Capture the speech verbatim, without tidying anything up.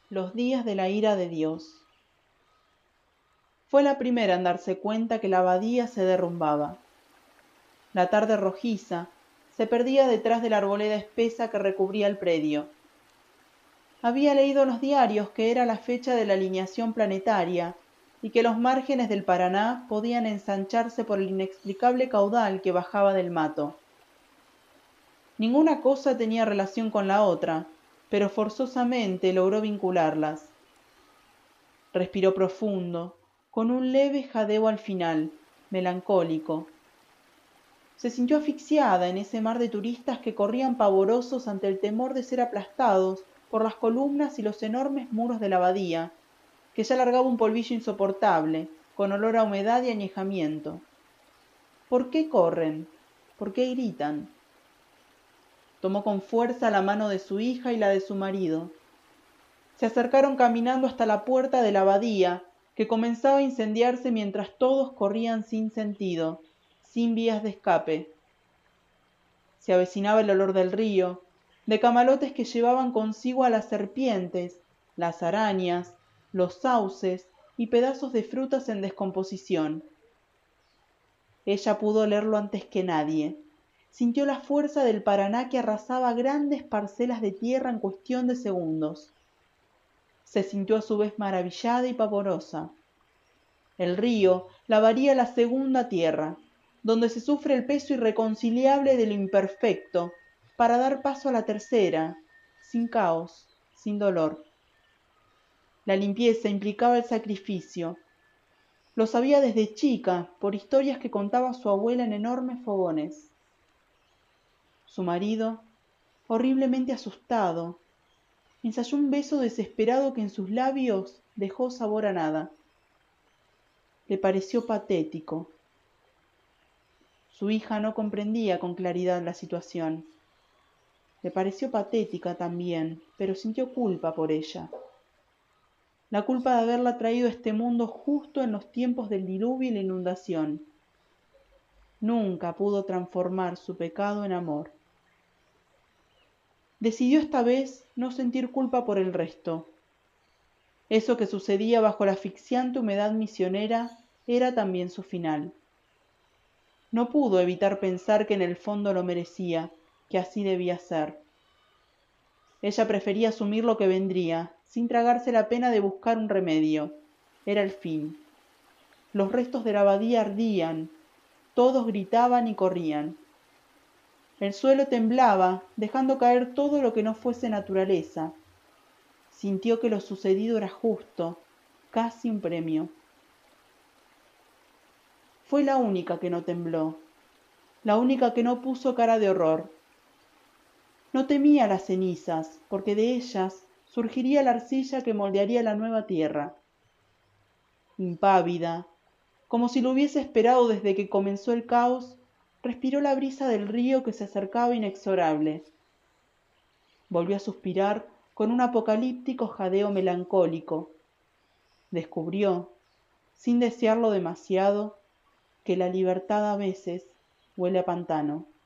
Los días de la ira de Dios. Fue la primera en darse cuenta que la abadía se derrumbaba. La tarde rojiza se perdía detrás de la arboleda espesa que recubría el predio. Había leído en los diarios que era la fecha de la alineación planetaria y que los márgenes del Paraná podían ensancharse por el inexplicable caudal que bajaba del Mato. Ninguna cosa tenía relación con la otra, pero forzosamente logró vincularlas. Respiró profundo, con un leve jadeo al final, melancólico. Se sintió asfixiada en ese mar de turistas que corrían pavorosos ante el temor de ser aplastados por las columnas y los enormes muros de la abadía, que ya largaba un polvillo insoportable, con olor a humedad y añejamiento. ¿Por qué corren? ¿Por qué gritan? Tomó con fuerza la mano de su hija y la de su marido. Se acercaron caminando hasta la puerta de la abadía, que comenzaba a incendiarse mientras todos corrían sin sentido, sin vías de escape. Se avecinaba el olor del río, de camalotes que llevaban consigo a las serpientes, las arañas, los sauces y pedazos de frutas en descomposición. Ella pudo olerlo antes que nadie. Sintió la fuerza del Paraná que arrasaba grandes parcelas de tierra en cuestión de segundos. Se sintió a su vez maravillada y pavorosa. El río lavaría la segunda tierra, donde se sufre el peso irreconciliable de lo imperfecto, para dar paso a la tercera, sin caos, sin dolor. La limpieza implicaba el sacrificio. Lo sabía desde chica, por historias que contaba su abuela en enormes fogones. Su marido, horriblemente asustado, ensayó un beso desesperado que en sus labios dejó sabor a nada. Le pareció patético. Su hija no comprendía con claridad la situación. Le pareció patética también, pero sintió culpa por ella. La culpa de haberla traído a este mundo justo en los tiempos del diluvio y la inundación. Nunca pudo transformar su pecado en amor. Decidió esta vez no sentir culpa por el resto. Eso que sucedía bajo la asfixiante humedad misionera era también su final. No pudo evitar pensar que en el fondo lo merecía, que así debía ser. Ella prefería asumir lo que vendría, sin tragarse la pena de buscar un remedio. Era el fin. Los restos de la abadía ardían, todos gritaban y corrían. El suelo temblaba, dejando caer todo lo que no fuese naturaleza. Sintió que lo sucedido era justo, casi un premio. Fue la única que no tembló, la única que no puso cara de horror. No temía las cenizas, porque de ellas surgiría la arcilla que moldearía la nueva tierra. Impávida, como si lo hubiese esperado desde que comenzó el caos, respiró la brisa del río que se acercaba inexorable. Volvió a suspirar con un apocalíptico jadeo melancólico. Descubrió, sin desearlo demasiado, que la libertad a veces huele a pantano.